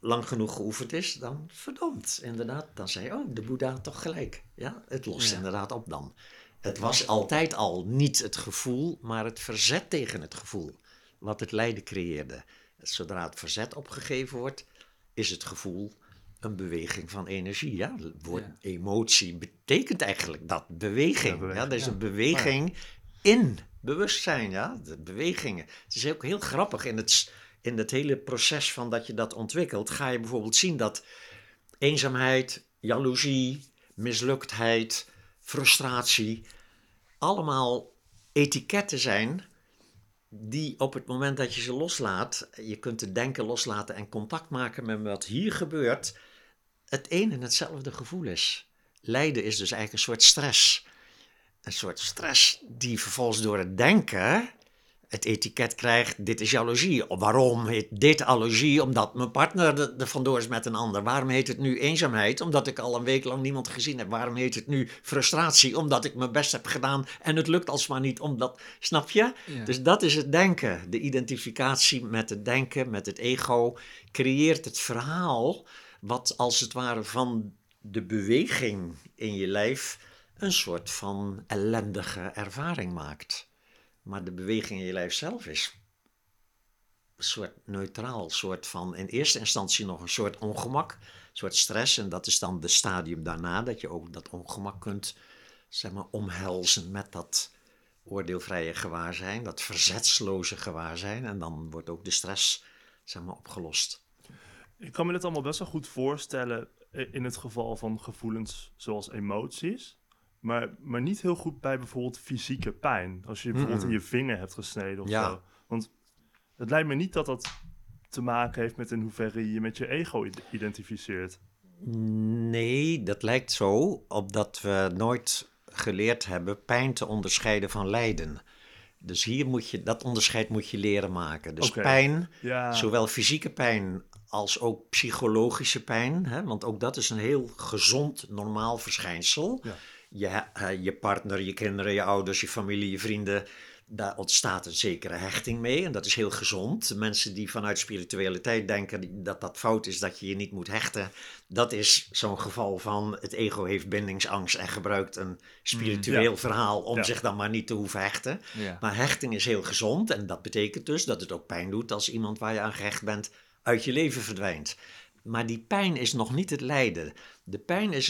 lang genoeg geoefend is, dan verdomd. Inderdaad, dan zei je, de Boeddha had toch gelijk. Ja, het lost inderdaad op dan. Het was altijd al niet het gevoel, maar het verzet tegen het gevoel. Wat het lijden creëerde. Zodra het verzet opgegeven wordt, is het gevoel een beweging van energie. Ja? Het woord emotie betekent eigenlijk dat, beweging. Ja, er is een beweging in bewustzijn. Ja? De bewegingen. Het is ook heel grappig in het hele proces van dat je dat ontwikkelt. Ga je bijvoorbeeld zien dat eenzaamheid, jaloezie, misluktheid, frustratie allemaal etiketten zijn die op het moment dat je ze loslaat, je kunt het denken loslaten en contact maken met wat hier gebeurt, het een en hetzelfde gevoel is. Lijden is dus eigenlijk een soort stress. Een soort stress die vervolgens door het denken het etiket krijgt, dit is jaloezie. Waarom heet dit jaloezie? Omdat mijn partner er vandoor is met een ander. Waarom heet het nu eenzaamheid? Omdat ik al een week lang niemand gezien heb. Waarom heet het nu frustratie? Omdat ik mijn best heb gedaan en het lukt alsmaar niet. Snap je? Ja. Dus dat is het denken. De identificatie met het denken, met het ego, creëert het verhaal wat als het ware van de beweging in je lijf een soort van ellendige ervaring maakt. Maar de beweging in je lijf zelf is een soort neutraal, soort van in eerste instantie nog een soort ongemak, een soort stress. En dat is dan de stadium daarna, dat je ook dat ongemak kunt, zeg maar, omhelzen met dat oordeelvrije gewaarzijn, dat verzetsloze gewaarzijn. En dan wordt ook de stress, zeg maar, opgelost. Ik kan me dit allemaal best wel goed voorstellen in het geval van gevoelens zoals emoties. Maar niet heel goed bij bijvoorbeeld fysieke pijn. Als je bijvoorbeeld in je vinger hebt gesneden of zo. Want het lijkt me niet dat dat te maken heeft met in hoeverre je met je ego identificeert. Nee, dat lijkt zo, omdat we nooit geleerd hebben pijn te onderscheiden van lijden. Dus hier dat onderscheid moet je leren maken. Dus pijn, zowel fysieke pijn als ook psychologische pijn. Hè? Want ook dat is een heel gezond, normaal verschijnsel. Ja. Je partner, je kinderen, je ouders, je familie, je vrienden, daar ontstaat een zekere hechting mee. En dat is heel gezond. Mensen die vanuit spiritualiteit denken dat dat fout is, dat je je niet moet hechten. Dat is zo'n geval van het ego heeft bindingsangst en gebruikt een spiritueel verhaal om zich dan maar niet te hoeven hechten. Ja. Maar hechting is heel gezond en dat betekent dus dat het ook pijn doet als iemand waar je aan gehecht bent uit je leven verdwijnt. Maar die pijn is nog niet het lijden. De pijn is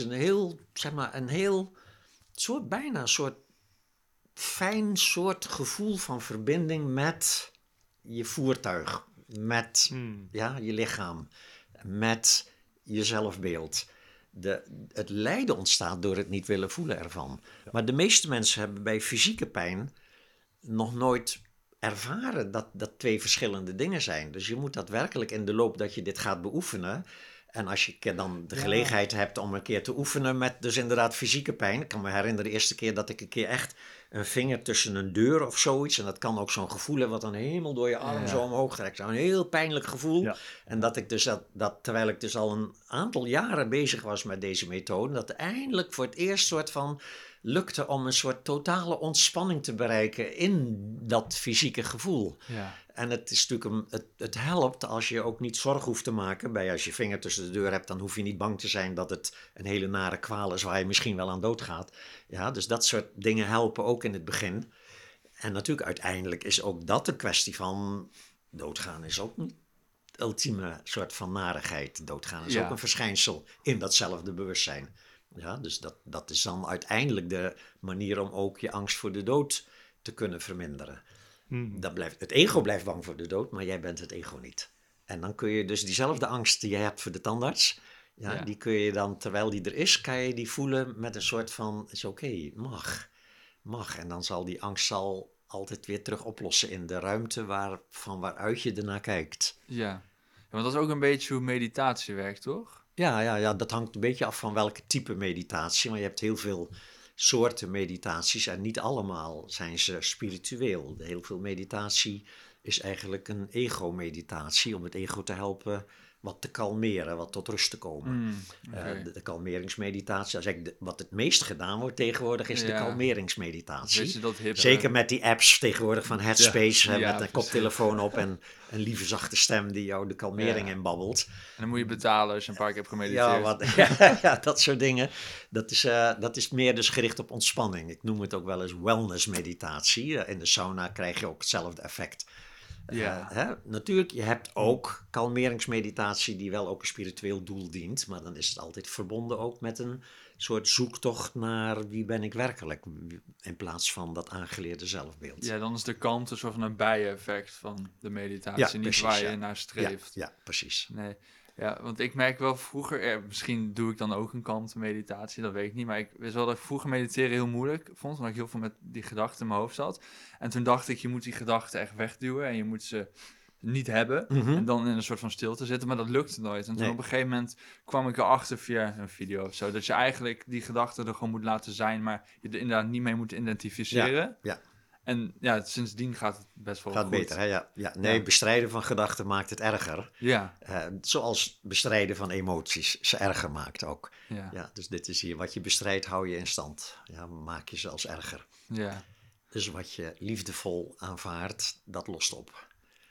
bijna een soort fijn soort gevoel van verbinding met je voertuig, met je lichaam, met je zelfbeeld. Het lijden ontstaat door het niet willen voelen ervan. Ja. Maar de meeste mensen hebben bij fysieke pijn nog nooit ervaren dat twee verschillende dingen zijn. Dus je moet dat werkelijk in de loop dat je dit gaat beoefenen. En als je dan de gelegenheid hebt om een keer te oefenen met dus inderdaad fysieke pijn. Ik kan me herinneren de eerste keer dat ik een keer echt een vinger tussen een deur of zoiets. En dat kan ook zo'n gevoel hebben wat dan helemaal door je arm zo omhoog trekt. Zo'n heel pijnlijk gevoel. Ja. En dat ik dus dat terwijl ik dus al een aantal jaren bezig was met deze methode. Dat eindelijk voor het eerst soort van lukte om een soort totale ontspanning te bereiken in dat fysieke gevoel. Ja. En het is natuurlijk het helpt als je ook niet zorg hoeft te maken. Als je vinger tussen de deur hebt, dan hoef je niet bang te zijn dat het een hele nare kwaal is waar je misschien wel aan doodgaat. Ja, dus dat soort dingen helpen ook in het begin. En natuurlijk uiteindelijk is ook dat een kwestie van doodgaan is ook een ultieme soort van narigheid. Doodgaan is ook een verschijnsel in datzelfde bewustzijn. Ja, dus dat is dan uiteindelijk de manier om ook je angst voor de dood te kunnen verminderen. Het ego blijft bang voor de dood, maar jij bent het ego niet. En dan kun je dus diezelfde angst die je hebt voor de tandarts, die kun je dan, terwijl die er is, kan je die voelen met een soort van, is oké, mag. En dan zal die angst altijd weer terug oplossen in de ruimte van waaruit je ernaar kijkt. Ja, want dat is ook een beetje hoe meditatie werkt, toch? Ja, dat hangt een beetje af van welke type meditatie, maar je hebt heel veel soorten meditaties en niet allemaal zijn ze spiritueel. Heel veel meditatie is eigenlijk een ego-meditatie om het ego te helpen wat te kalmeren, wat tot rust te komen. De kalmeringsmeditatie, wat het meest gedaan wordt tegenwoordig, is de kalmeringsmeditatie. Weet je dat hip, Zeker met die apps tegenwoordig van Headspace, met een precies. koptelefoon op en een lieve zachte stem die jou de kalmering inbabbelt. En dan moet je betalen als je een paar keer hebt gemediteerd. Ja, dat soort dingen. Dat is meer dus gericht op ontspanning. Ik noem het ook wel eens wellness meditatie. In de sauna krijg je ook hetzelfde effect. Natuurlijk, je hebt ook kalmeringsmeditatie die wel ook een spiritueel doel dient. Maar dan is het altijd verbonden ook met een soort zoektocht naar wie ben ik werkelijk. In plaats van dat aangeleerde zelfbeeld. Ja, dan is de kant een soort van een bijeffect van de meditatie. Ja, niet precies, waar je naar streeft. Ja, precies. Nee. Ja, want ik merk wel vroeger, misschien doe ik dan ook een meditatie, dat weet ik niet. Maar ik wist wel dat ik vroeger mediteren heel moeilijk vond, omdat ik heel veel met die gedachten in mijn hoofd zat. En toen dacht ik, je moet die gedachten echt wegduwen en je moet ze niet hebben. En dan in een soort van stilte zitten, maar dat lukte nooit. En toen op een gegeven moment kwam ik erachter via een video of zo, dat je eigenlijk die gedachten er gewoon moet laten zijn, maar je er inderdaad niet mee moet identificeren. Ja. En ja, sindsdien gaat het best wel Gaat goed. beter, hè? Nee, bestrijden van gedachten maakt het erger. Ja. Zoals bestrijden van emoties ze erger maakt ook. Ja. Dus dit is hier, wat je bestrijdt hou je in stand. Ja, maak je zelfs erger. Ja. Dus wat je liefdevol aanvaardt, dat lost op.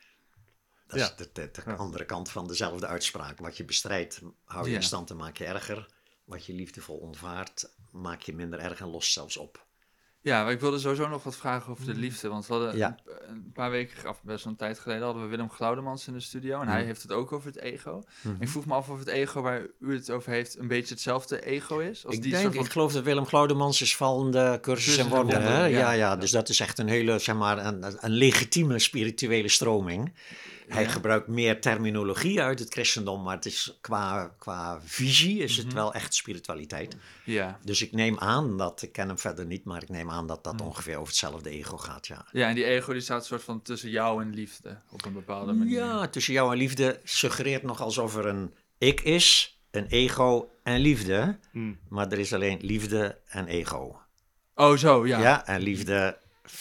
Dat is de andere kant van dezelfde uitspraak. Wat je bestrijdt hou je in stand en maak je erger. Wat je liefdevol ontvaart, maak je minder erg en lost zelfs op. Ja, maar ik wilde sowieso nog wat vragen over de liefde. Want we hadden een paar weken, of best wel een tijd geleden, hadden we Willem Glaudemans in de studio. En hij heeft het ook over het ego. Ik vroeg me af of het ego waar u het over heeft een beetje hetzelfde ego is. Als Ik geloof dat Willem Glaudemans is van de cursus en wonderen. Ja, dus dat is echt een hele, zeg maar, een legitieme spirituele stroming. Hij gebruikt meer terminologie uit het christendom, maar het is qua visie is het wel echt spiritualiteit. Ja. Dus ik neem aan dat, ik ken hem verder niet, maar ik neem aan dat dat ongeveer over hetzelfde ego gaat, Ja, en die ego die staat een soort van tussen jou en liefde, op een bepaalde manier. Ja, tussen jou en liefde suggereert nog alsof er een ik is, een ego en liefde, maar er is alleen liefde en ego. Oh, zo, ja. Ja, en liefde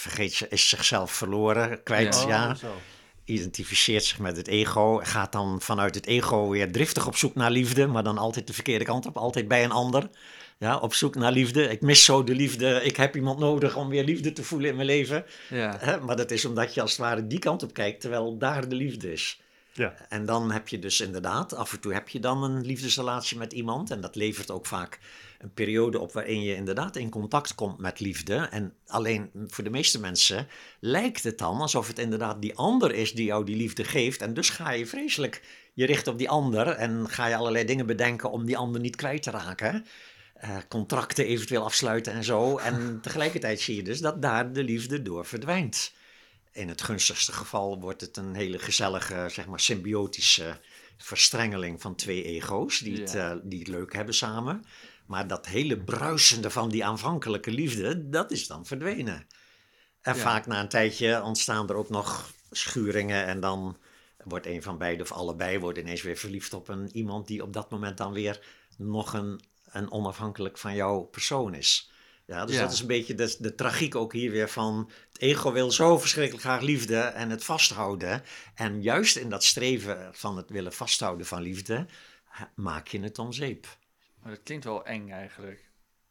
is zichzelf verloren, kwijt, Zo. identificeert zich met het ego, gaat dan vanuit het ego weer driftig op zoek naar liefde, maar dan altijd de verkeerde kant op, altijd bij een ander. Ja, op zoek naar liefde. Ik mis zo de liefde, ik heb iemand nodig om weer liefde te voelen in mijn leven. Ja. Maar dat is omdat je als het ware die kant op kijkt, terwijl daar de liefde is. Ja. En dan heb je dus inderdaad, af en toe heb je dan een liefdesrelatie met iemand. En dat levert ook vaak een periode op waarin je inderdaad in contact komt met liefde. En alleen voor de meeste mensen lijkt het dan alsof het inderdaad die ander is die jou die liefde geeft. En dus ga je vreselijk je richten op die ander en ga je allerlei dingen bedenken om die ander niet kwijt te raken. Contracten eventueel afsluiten en zo. En tegelijkertijd zie je dus dat daar de liefde door verdwijnt. In het gunstigste geval wordt het een hele gezellige, zeg maar, symbiotische verstrengeling van twee ego's die het leuk hebben samen. Maar dat hele bruisende van die aanvankelijke liefde, dat is dan verdwenen. En vaak na een tijdje ontstaan er ook nog schuringen en dan wordt een van beiden of allebei wordt ineens weer verliefd op iemand die op dat moment dan weer nog een onafhankelijk van jou persoon is. Ja, dus dat is een beetje de tragiek ook hier weer van het ego wil zo verschrikkelijk graag liefde en het vasthouden. En juist in dat streven van het willen vasthouden van liefde, maak je het om zeep. Maar dat klinkt wel eng eigenlijk.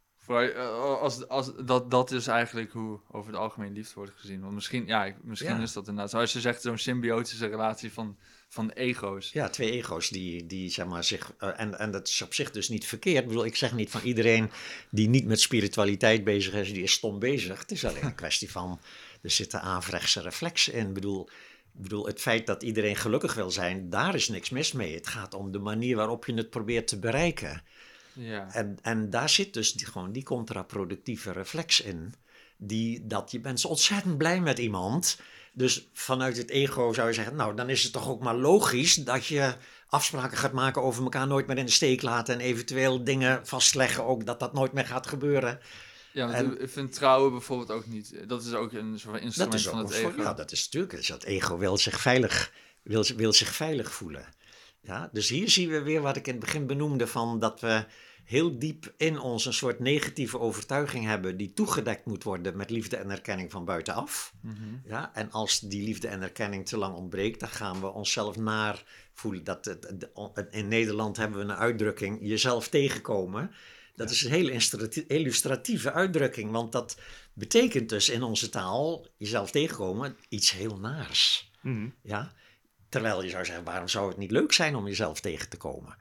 Als dat is eigenlijk hoe over het algemeen liefde wordt gezien. Want misschien is dat inderdaad, zoals je zegt, zo'n symbiotische relatie van ego's. Ja, twee ego's die zeg maar zich... en dat is op zich dus niet verkeerd. Ik bedoel, ik zeg niet van iedereen die niet met spiritualiteit bezig is, die is stom bezig. Het is alleen een kwestie van, er zitten averechtse reflexen in. Ik bedoel, het feit dat iedereen gelukkig wil zijn, daar is niks mis mee. Het gaat om de manier waarop je het probeert te bereiken. Ja. En daar zit dus gewoon die contraproductieve reflex in. Dat je bent zo ontzettend blij met iemand. Dus vanuit het ego zou je zeggen, nou dan is het toch ook maar logisch dat je afspraken gaat maken over elkaar nooit meer in de steek laten. En eventueel dingen vastleggen ook dat nooit meer gaat gebeuren. Ja, want ik vind trouwen bijvoorbeeld ook niet. Dat is ook een soort van instrument van het ego. Ja, dat is natuurlijk. Dus dat ego wil zich veilig voelen. Ja, dus hier zien we weer wat ik in het begin benoemde van dat we heel diep in ons een soort negatieve overtuiging hebben die toegedekt moet worden met liefde en erkenning van buitenaf. Ja, en als die liefde en erkenning te lang ontbreekt, dan gaan we onszelf naar voelen. In Nederland hebben we een uitdrukking, jezelf tegenkomen. Dat is een hele illustratieve uitdrukking, want dat betekent dus in onze taal, jezelf tegenkomen, iets heel naars. Ja? Terwijl je zou zeggen, waarom zou het niet leuk zijn om jezelf tegen te komen?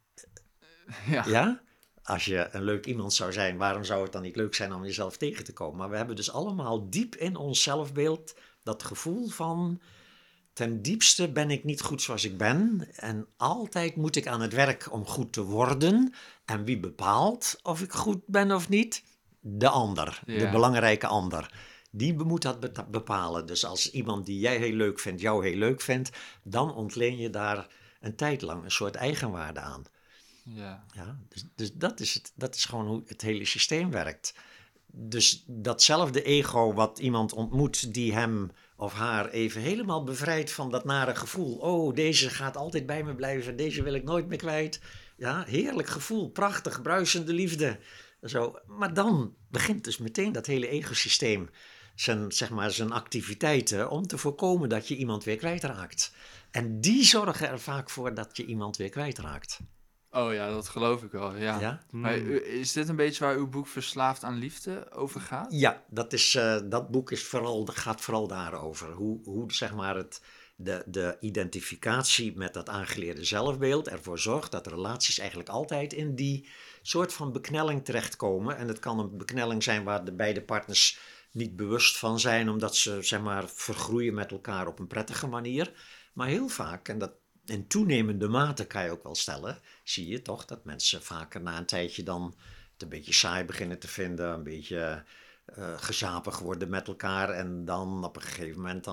Ja? Als je een leuk iemand zou zijn, waarom zou het dan niet leuk zijn om jezelf tegen te komen? Maar we hebben dus allemaal diep in ons zelfbeeld dat gevoel van, ten diepste ben ik niet goed zoals ik ben. En altijd moet ik aan het werk om goed te worden. En wie bepaalt of ik goed ben of niet? De ander, de belangrijke ander. Die moet dat bepalen. Dus als iemand die jij heel leuk vindt, jou heel leuk vindt, dan ontleen je daar een tijd lang een soort eigenwaarde aan. Ja, dus dat is gewoon hoe het hele systeem werkt. Dus datzelfde ego wat iemand ontmoet die hem of haar even helemaal bevrijdt van dat nare gevoel. Oh, deze gaat altijd bij me blijven, deze wil ik nooit meer kwijt. Ja, heerlijk gevoel, prachtig, bruisende liefde. Zo. Maar dan begint dus meteen dat hele egosysteem zijn activiteiten om te voorkomen dat je iemand weer kwijtraakt. En die zorgen er vaak voor dat je iemand weer kwijtraakt. Oh ja, dat geloof ik wel, ja. Maar is dit een beetje waar uw boek Verslaafd aan Liefde over gaat? Ja, dat boek gaat vooral daarover. Hoe zeg maar de identificatie met dat aangeleerde zelfbeeld ervoor zorgt dat relaties eigenlijk altijd in die soort van beknelling terechtkomen. En het kan een beknelling zijn waar de beide partners niet bewust van zijn, omdat ze zeg maar vergroeien met elkaar op een prettige manier. Maar heel vaak, en dat in toenemende mate kan je ook wel stellen, zie je toch dat mensen vaker na een tijdje dan het een beetje saai beginnen te vinden, een beetje gezapig worden met elkaar en dan op een gegeven moment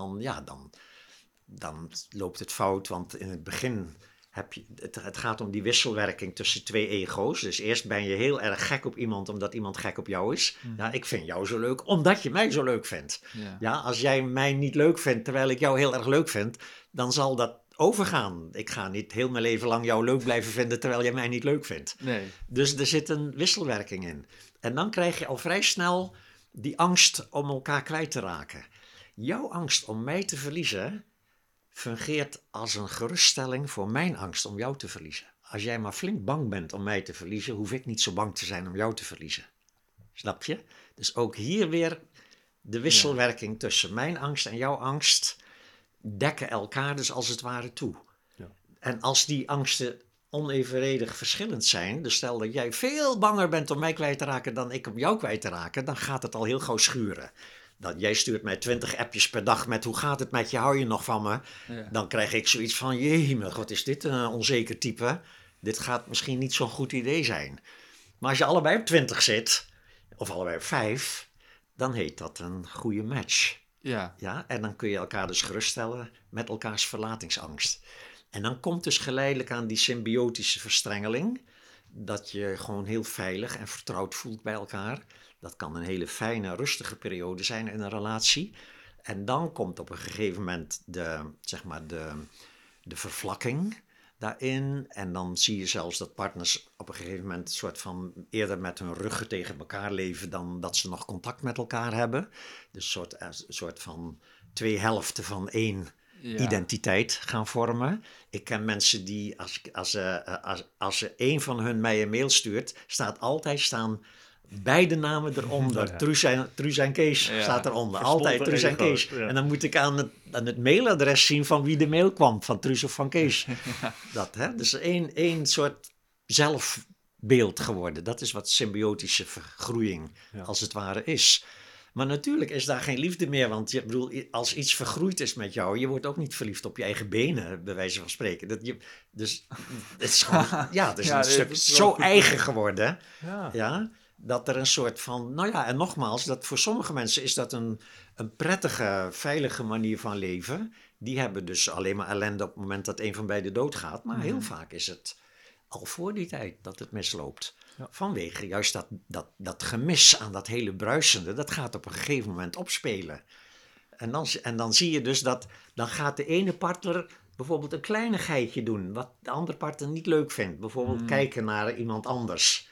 dan loopt het fout, want in het begin het gaat om die wisselwerking tussen twee ego's. Dus eerst ben je heel erg gek op iemand omdat iemand gek op jou is. Ja, ik vind jou zo leuk omdat je mij zo leuk vindt. Ja, als jij mij niet leuk vindt terwijl ik jou heel erg leuk vind, dan zal dat overgaan. Ik ga niet heel mijn leven lang jou leuk blijven vinden terwijl jij mij niet leuk vindt. Nee. Dus er zit een wisselwerking in. En dan krijg je al vrij snel die angst om elkaar kwijt te raken. Jouw angst om mij te verliezen fungeert als een geruststelling voor mijn angst om jou te verliezen. Als jij maar flink bang bent om mij te verliezen, hoef ik niet zo bang te zijn om jou te verliezen. Snap je? Dus ook hier weer de wisselwerking tussen mijn angst en jouw angst dekken elkaar dus als het ware toe. Ja. En als die angsten onevenredig verschillend zijn, dus stel dat jij veel banger bent om mij kwijt te raken dan ik om jou kwijt te raken, dan gaat het al heel gauw schuren. Jij stuurt mij 20 appjes per dag met hoe gaat het met je, hou je nog van me? Ja. Dan krijg ik zoiets van, jemig, wat is dit een onzeker type? Dit gaat misschien niet zo'n goed idee zijn. Maar als je allebei op 20 zit, of allebei op 5, dan heet dat een goede match. Ja. Ja, en dan kun je elkaar dus geruststellen met elkaars verlatingsangst. En dan komt dus geleidelijk aan die symbiotische verstrengeling, dat je gewoon heel veilig en vertrouwd voelt bij elkaar. Dat kan een hele fijne, rustige periode zijn in een relatie. En dan komt op een gegeven moment de vervlakking daarin. En dan zie je zelfs dat partners op een gegeven moment een soort van eerder met hun ruggen tegen elkaar leven dan dat ze nog contact met elkaar hebben. Dus een soort van twee helften van één identiteit gaan vormen. Ik ken mensen die als één van hun mij een mail stuurt, staan beide namen eronder. Ja. Truus en Kees staat eronder. Altijd Truus en Kees. Ja. En dan moet ik aan het mailadres zien van wie de mail kwam. Van Truus of van Kees. Dat, hè? Dus één soort zelfbeeld geworden. Dat is wat symbiotische vergroeiing als het ware is. Maar natuurlijk is daar geen liefde meer. Want als iets vergroeid is met jou, je wordt ook niet verliefd op je eigen benen, bij wijze van spreken. Dus het is gewoon, het is een stuk zo eigen geworden. Ja, dat er een soort van, en nogmaals, dat voor sommige mensen is dat een prettige, veilige manier van leven. Die hebben dus alleen maar ellende op het moment dat een van beiden doodgaat. Maar heel vaak is het al voor die tijd dat het misloopt. Ja. Vanwege juist dat gemis aan dat hele bruisende, dat gaat op een gegeven moment opspelen. En dan zie je dus dat, dan gaat de ene partner bijvoorbeeld een kleinigheidje doen, wat de andere partner niet leuk vindt. Bijvoorbeeld kijken naar iemand anders.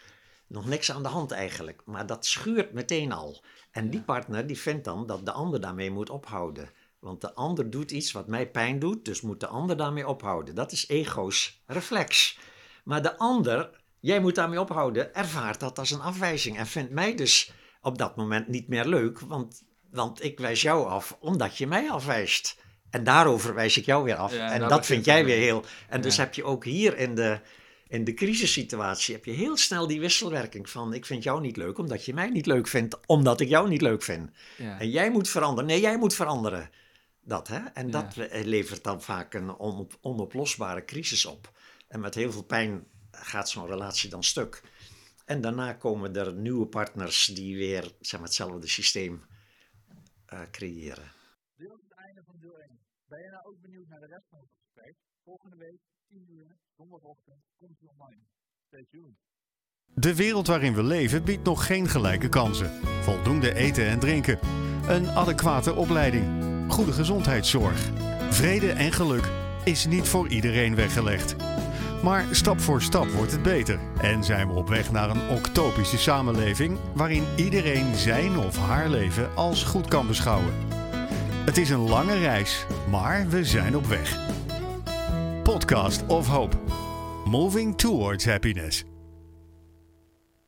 nog niks aan de hand eigenlijk. Maar dat schuurt meteen al. En die partner die vindt dan dat de ander daarmee moet ophouden. Want de ander doet iets wat mij pijn doet, dus moet de ander daarmee ophouden. Dat is ego's reflex. Maar de ander, jij moet daarmee ophouden, ervaart dat als een afwijzing. En vindt mij dus op dat moment niet meer leuk, want ik wijs jou af omdat je mij afwijst. En daarover wijs ik jou weer af. Ja, en dat dat vind jij weer mee. heel... En dus heb je ook hier in de crisissituatie heb je heel snel die wisselwerking van ik vind jou niet leuk omdat je mij niet leuk vindt, omdat ik jou niet leuk vind. Ja. En jij moet veranderen. Nee, jij moet veranderen. Dat, hè? En Ja. dat levert dan vaak een onoplosbare crisis op. En met heel veel pijn gaat zo'n relatie dan stuk. En daarna komen er nieuwe partners die weer zeg maar, hetzelfde systeem creëren. Dit was het einde van deel 1. Ben je nou ook benieuwd naar de rest van het gesprek? Volgende week, 10 uur, zondagochtend, komt hij online. Stay tuned. De wereld waarin we leven biedt nog geen gelijke kansen. Voldoende eten en drinken. Een adequate opleiding. Goede gezondheidszorg. Vrede en geluk is niet voor iedereen weggelegd. Maar stap voor stap wordt het beter. En zijn we op weg naar een octopische samenleving waarin iedereen zijn of haar leven als goed kan beschouwen. Het is een lange reis, maar we zijn op weg. Podcast of Hope. Moving towards happiness.